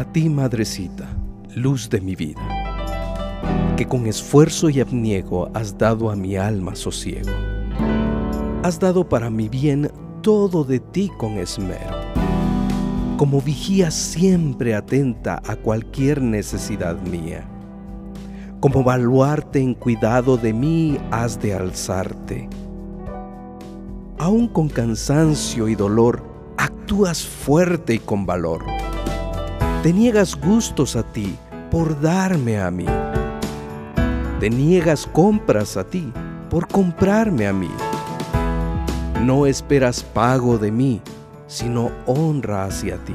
A ti, madrecita, luz de mi vida, que con esfuerzo y abniego has dado a mi alma sosiego. Has dado para mi bien todo de ti con esmero. Como vigía siempre atenta a cualquier necesidad mía. Como baluarte en cuidado de mí has de alzarte. Aún con cansancio y dolor, actúas fuerte y con valor. Te niegas gustos a ti por darme a mí. Te niegas compras a ti por comprarme a mí. No esperas pago de mí, sino honra hacia ti.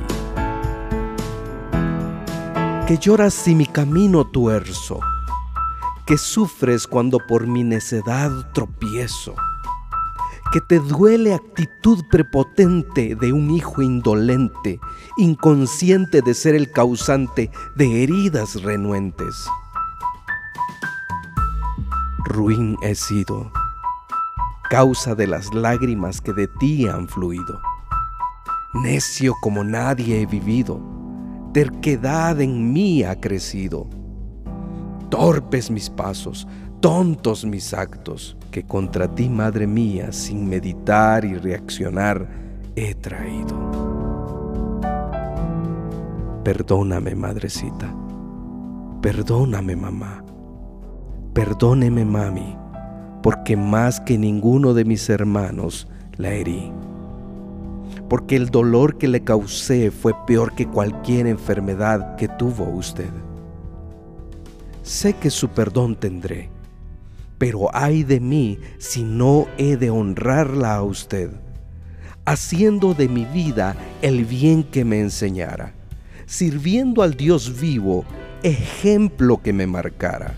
Que lloras si mi camino tuerzo, que sufres cuando por mi necedad tropiezo, que te duele actitud prepotente de un hijo indolente, inconsciente de ser el causante de heridas renuentes. Ruin he sido, causa de las lágrimas que de ti han fluido. Necio como nadie he vivido, terquedad en mí ha crecido. Torpes mis pasos, tontos mis actos, que contra ti, madre mía, sin meditar y reaccionar, he traído. Perdóname, madrecita. Perdóname, mamá. Perdóneme, mami, porque más que ninguno de mis hermanos la herí. Porque el dolor que le causé fue peor que cualquier enfermedad que tuvo usted. Sé que su perdón tendré, pero ay de mí si no he de honrarla a usted, haciendo de mi vida el bien que me enseñara, sirviendo al Dios vivo, ejemplo que me marcara.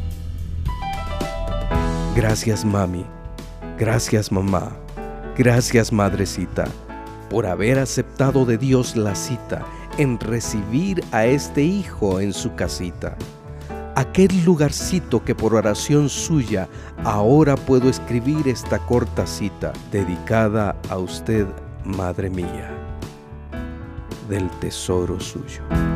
Gracias, mami, gracias, mamá, gracias, madrecita, por haber aceptado de Dios la cita en recibir a este hijo en su casita. Aquel lugarcito que por oración suya ahora puedo escribir esta corta cita dedicada a usted, madre mía, del tesoro suyo.